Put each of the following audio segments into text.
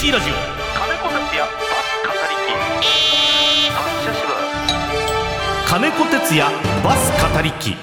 KBC ラジオ金子哲也バス語りき発車します金子哲也バス語りき。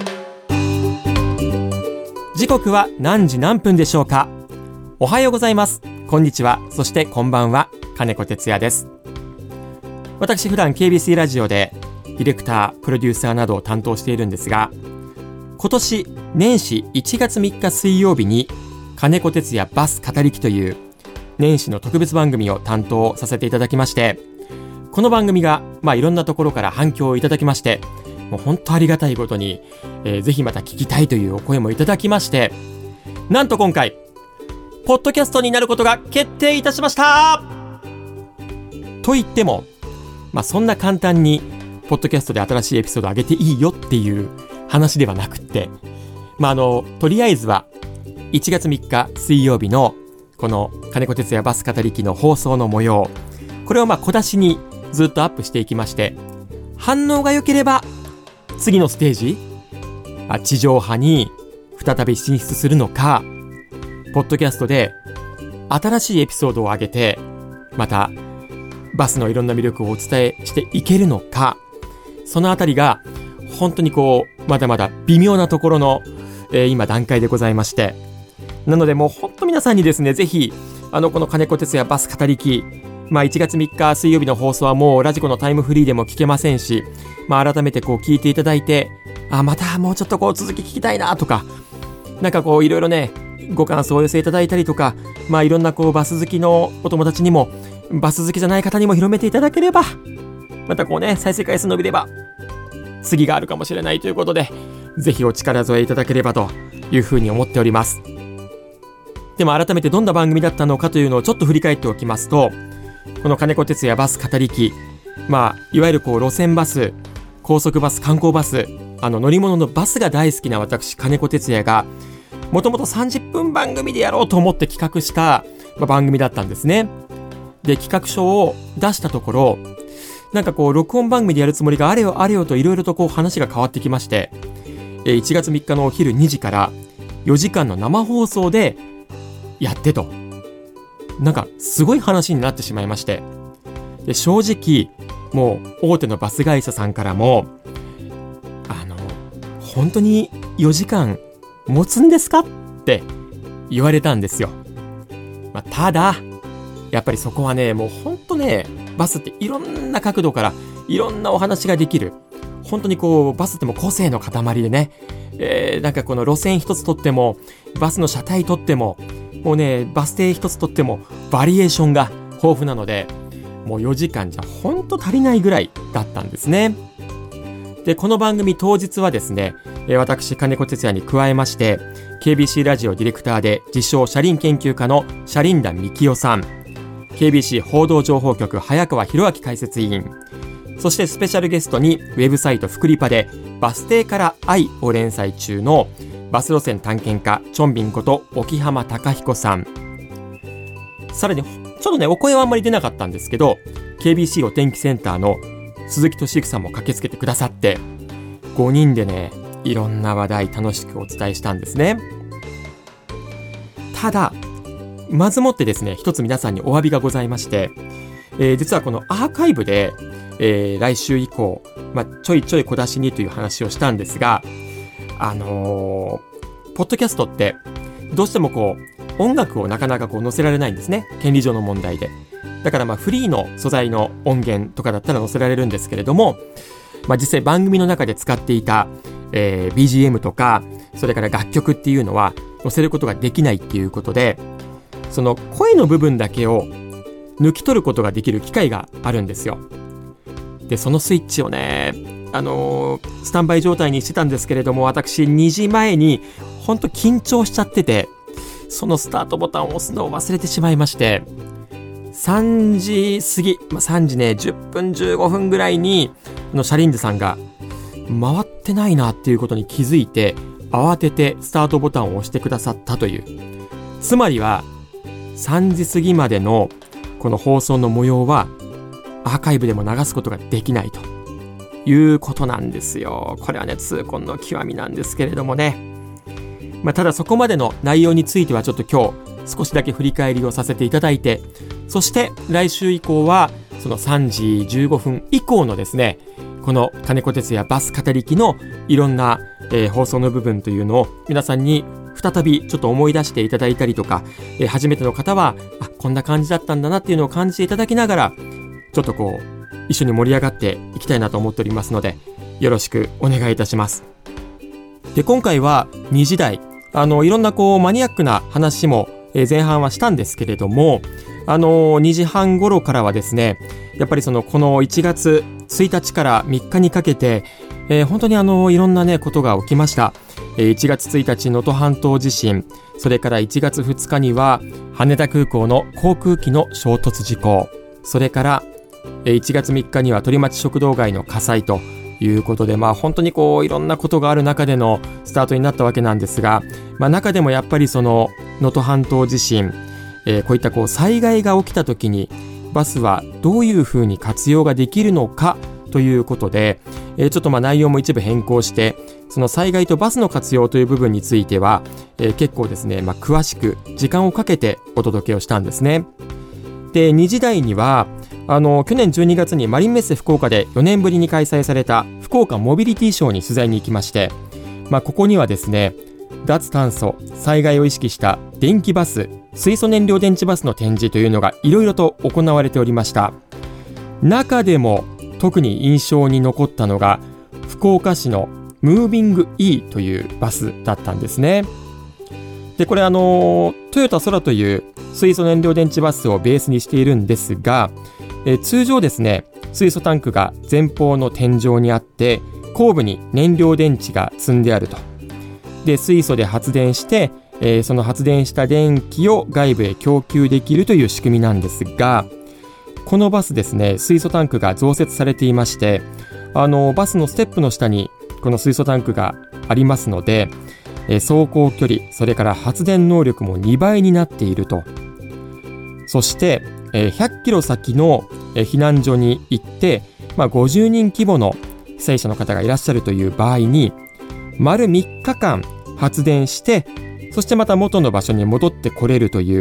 時刻は何時何分でしょうか。おはようございます、こんにちは、そしてこんばんは。金子哲也です。私普段 KBC ラジオでディレクター、プロデューサーなどを担当しているんですが、今年年始1月3日水曜日に金子哲也バス語りきという年始の特別番組を担当させていただきまして、この番組がいろんなところから反響をいただきまして、もう本当ありがたいことに、ぜひまた聞きたいというお声もいただきまして、なんと今回ポッドキャストになることが決定いたしました。と言っても、そんな簡単にポッドキャストで新しいエピソード上げていいよっていう話ではなくって、とりあえずは1月3日水曜日のこの金子哲也バス語りきの放送の模様、これを小出しにずっとアップしていきまして、反応が良ければ次のステージ、地上波に再び進出するのか、ポッドキャストで新しいエピソードを上げてまたバスのいろんな魅力をお伝えしていけるのか、そのあたりが本当にまだまだ微妙なところの、今段階でございまして、なのでもう本当皆さんにですね、ぜひこの金子哲也バス語りき、1月3日水曜日の放送はもうラジコのタイムフリーでも聞けませんし、改めて聞いていただいて、またもうちょっと続き聞きたいなとか、いろいろね、ご感想をお寄せいただいたりとか、いろんなバス好きのお友達にも、バス好きじゃない方にも広めていただければ、また再生回数伸びれば次があるかもしれないということで、ぜひお力添えいただければというふうに思っております。でも改めてどんな番組だったのかというのをちょっと振り返っておきますと、この金子哲也バス語りき、いわゆる路線バス、高速バス、観光バス、乗り物のバスが大好きな私金子哲也が、もともと30分番組でやろうと思って企画した、番組だったんですね。で、企画書を出したところ、録音番組でやるつもりがあれよあれよといろいろと話が変わってきまして、1月3日のお昼2時から4時間の生放送でやってと、すごい話になってしまいまして、で、正直もう大手のバス会社さんからも本当に4時間持つんですかって言われたんですよ。ただやっぱりそこはね、もう本当ね、バスっていろんな角度からいろんなお話ができる、本当にバスっても個性の塊でね、この路線一つとっても、バスの車体とっても、もうね、バス停一つとってもバリエーションが豊富なので、もう4時間じゃ本当足りないぐらいだったんですね。で、この番組当日はですね、私金子哲也に加えまして、KBC ラジオディレクターで自称車輪研究家の車輪田幹夫さん、KBC 報道情報局早川博明解説委員、そしてスペシャルゲストにウェブサイトフクリパでバス停から愛を連載中のバス路線探検家チョンビンこと沖浜貴彦さん、さらにちょっとね、お声はあんまり出なかったんですけど、 KBC お天気センターの鈴木俊之さんも駆けつけてくださって、5人でね、いろんな話題楽しくお伝えしたんですね。ただまずもってですね、一つ皆さんにお詫びがございまして、実はこのアーカイブで、来週以降、ちょいちょい小出しにという話をしたんですが、ポッドキャストってどうしても音楽をなかなか載せられないんですね、権利上の問題で。だからフリーの素材の音源とかだったら載せられるんですけれども、実際番組の中で使っていた、BGM とか、それから楽曲っていうのは載せることができないっていうことで、その声の部分だけを抜き取ることができる機械があるんですよ。で、そのスイッチをね、スタンバイ状態にしてたんですけれども、私2時前に本当緊張しちゃってて、そのスタートボタンを押すのを忘れてしまいまして、3時過ぎ、3時ね、10分15分ぐらいに車輪田さんが回ってないなっていうことに気づいて、慌ててスタートボタンを押してくださったという、つまりは3時過ぎまでのこの放送の模様はアーカイブでも流すことができないということなんですよ。これはね、痛恨の極みなんですけれどもね。ただそこまでの内容についてはちょっと今日少しだけ振り返りをさせていただいて、そして来週以降はその3時15分以降のですね、この金子哲也バス語りきのいろんな、放送の部分というのを皆さんに再びちょっと思い出していただいたりとか、初めての方はこんな感じだったんだなっていうのを感じていただきながら、ちょっとこう一緒に盛り上がっていきたいなと思っておりますので、よろしくお願いいたします。で、今回は2時台、いろんなこうマニアックな話も前半はしたんですけれども、2時半頃からはですね、やっぱりこの1月1日から3日にかけて、本当にいろんなねことが起きました。1月1日能登半島地震、それから1月2日には羽田空港の航空機の衝突事故、それから1月3日には鳥町食堂街の火災ということで、本当にこういろんなことがある中でのスタートになったわけなんですが、中でもやっぱりその能登半島地震、こういったこう災害が起きた時にバスはどういうふうに活用ができるのかということで、ちょっと内容も一部変更して、その災害とバスの活用という部分については、結構ですね、詳しく時間をかけてお届けをしたんですね。で、2時台には去年12月にマリンメッセ福岡で4年ぶりに開催された福岡モビリティショーに取材に行きまして、ここにはですね、脱炭素、災害を意識した電気バス、水素燃料電池バスの展示というのがいろいろと行われておりました。中でも特に印象に残ったのが福岡市のムービング E というバスだったんですね。で、これトヨタ空という水素燃料電池バスをベースにしているんですが、通常ですね、水素タンクが前方の天井にあって、後部に燃料電池が積んであると。で、水素で発電して、その発電した電気を外部へ供給できるという仕組みなんですが、このバスですね、水素タンクが増設されていまして、バスのステップの下にこの水素タンクがありますので、走行距離、それから発電能力も2倍になっていると。そして100キロ先の避難所に行って、50人規模の被災者の方がいらっしゃるという場合に、丸3日間発電して、そしてまた元の場所に戻ってこれるという、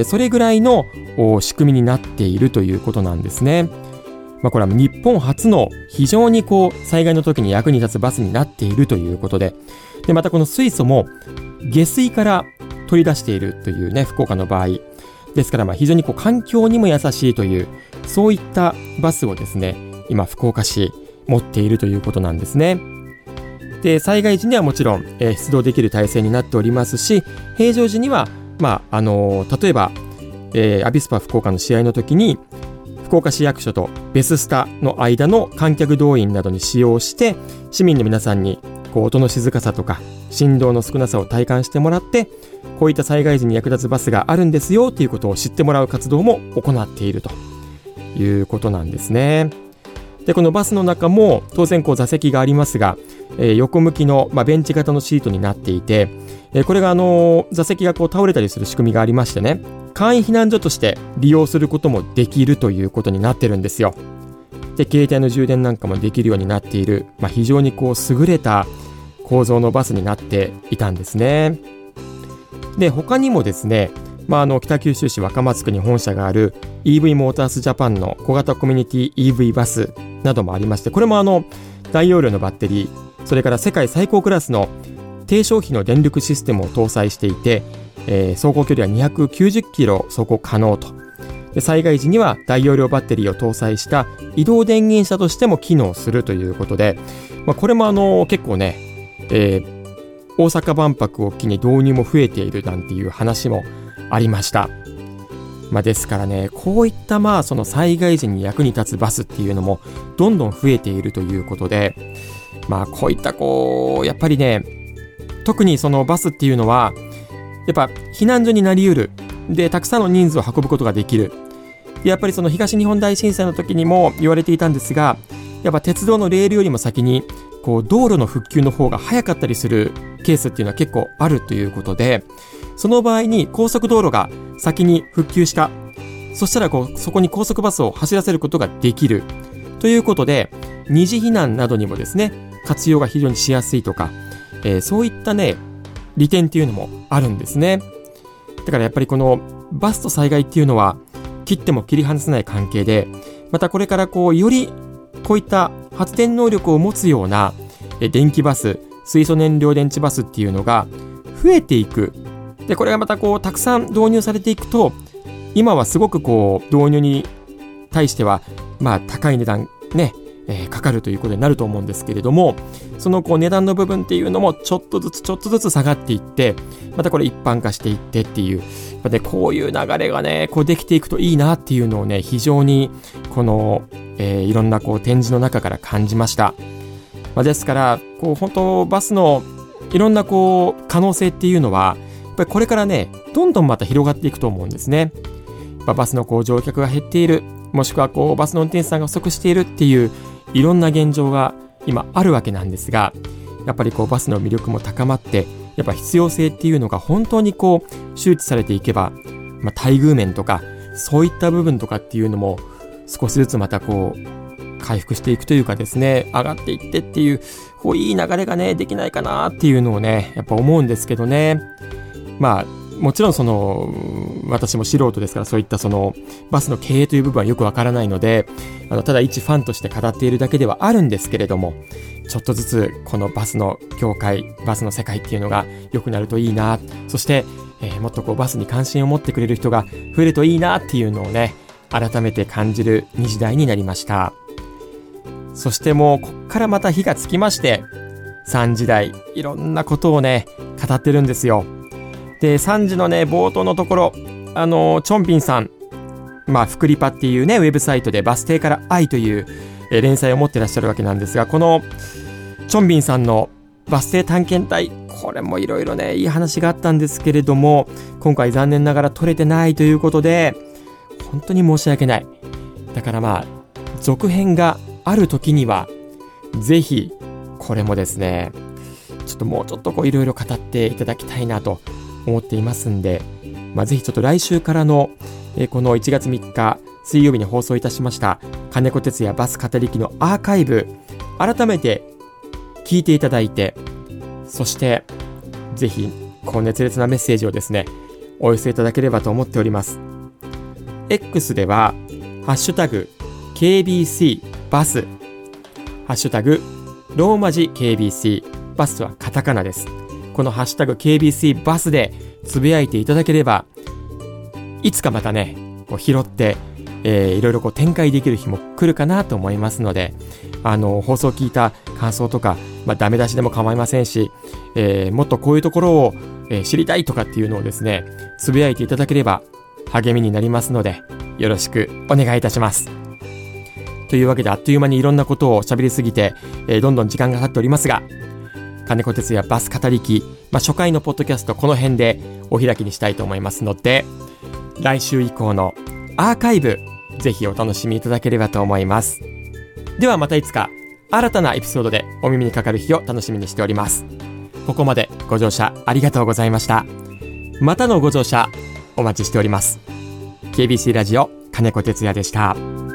それぐらいの仕組みになっているということなんですね。これは日本初の非常に災害の時に役に立つバスになっているということで、でまたこの水素も下水から取り出しているというね、福岡の場合ですから、非常に環境にも優しいという、そういったバスをですね、今福岡市持っているということなんですね。で、災害時にはもちろん、出動できる体制になっておりますし、平常時には、例えば、アビスパ福岡の試合の時に福岡市役所とベススタの間の観客動員などに使用して、市民の皆さんに音の静かさとか振動の少なさを体感してもらって、こういった災害時に役立つバスがあるんですよということを知ってもらう活動も行っているということなんですね。で、このバスの中も当然座席がありますが、横向きの、ベンチ型のシートになっていて、これが座席が倒れたりする仕組みがありましてね、簡易避難所として利用することもできるということになってるんですよ。で、携帯の充電なんかもできるようになっている、非常に優れた構造のバスになっていたんですね。で、他にもですね、北九州市若松区に本社がある EV モータースジャパンの小型コミュニティ EV バスなどもありまして、これも大容量のバッテリー、それから世界最高クラスの低消費の電力システムを搭載していて、走行距離は290キロ走行可能と。で、災害時には大容量バッテリーを搭載した移動電源車としても機能するということで、これも結構ね、大阪万博を機に導入も増えているなんていう話もありました。ですからね、こういったその災害時に役に立つバスっていうのもどんどん増えているということで、こういったやっぱりね、特にそのバスっていうのはやっぱ避難所になりうる、でたくさんの人数を運ぶことができる。やっぱりその東日本大震災の時にも言われていたんですが、やっぱ鉄道のレールよりも先に道路の復旧の方が早かったりするケースっていうのは結構あるということで、その場合に高速道路が先に復旧した、そしたらそこに高速バスを走らせることができるということで、二次避難などにもですね、活用が非常にしやすいとか、そういったね利点っていうのもあるんですね。 だからやっぱりこのバスと災害っていうのは切っても切り離せない関係で、またこれからよりこういった発電能力を持つような電気バス、水素燃料電池バスっていうのが増えていく。でこれがまたたくさん導入されていくと、今はすごく導入に対しては高い値段ね、かかるということになると思うんですけれども、その値段の部分っていうのもちょっとずつ下がっていって、またこれ一般化していってっていう、こういう流れがねできていくといいなっていうのをね、非常にいろんな展示の中から感じました。ですから本当バスのいろんな可能性っていうのはやっぱりこれからねどんどんまた広がっていくと思うんですね。バスの乗客が減っている、もしくはバスの運転手さんが不足しているっていういろんな現状が今あるわけなんですが、やっぱりバスの魅力も高まって、やっぱ必要性っていうのが本当に周知されていけば、待遇面とかそういった部分とかっていうのも少しずつまた回復していくというかですね、上がっていってっていういい流れがねできないかなっていうのをねやっぱ思うんですけどね。もちろん私も素人ですから、そういったバスの経営という部分はよくわからないので、ただ一ファンとして語っているだけではあるんですけれども、ちょっとずつこのバスの業界、バスの世界っていうのが良くなるといいな、そして、もっとバスに関心を持ってくれる人が増えるといいなっていうのをね改めて感じる2時台になりました。そしてもうこっからまた火がつきまして、3時台いろんなことをね語ってるんですよ。で3時のね冒頭のところ、チョンピンさん、フクリパっていうねウェブサイトでバス停から愛という、連載を持ってらっしゃるわけなんですが、このチョンビンさんのバス停探検隊、これもいろいろねいい話があったんですけれども、今回残念ながら撮れてないということで本当に申し訳ない。だから続編がある時にはぜひこれもですねもうちょっといろいろ語っていただきたいなと思っていますんで、ぜひちょっと来週からの、この1月3日水曜日に放送いたしました金子哲也バス語り機のアーカイブ、改めて聞いていただいて、そしてぜひ熱烈なメッセージをですねお寄せいただければと思っております。 X ではハッシュタグ KBC バス、ハッシュタグローマ字 KBC バスはカタカナです。このハッシュタグ KBC バスでつぶやいていただければ、いつかまたね拾っていろいろ展開できる日も来るかなと思いますので、放送を聞いた感想とか、ダメ出しでも構いませんし、もっとこういうところを、知りたいとかっていうのをですねつぶやいていただければ励みになりますので、よろしくお願いいたします。というわけであっという間にいろんなことを喋りすぎて、どんどん時間が経っておりますが、金子哲也バス語り機、初回のポッドキャストこの辺でお開きにしたいと思いますので、来週以降のアーカイブぜひお楽しみいただければと思います。ではまたいつか新たなエピソードでお耳にかかる日を楽しみにしております。ここまでご乗車ありがとうございました。またのご乗車お待ちしております。KBC ラジオ金子哲也でした。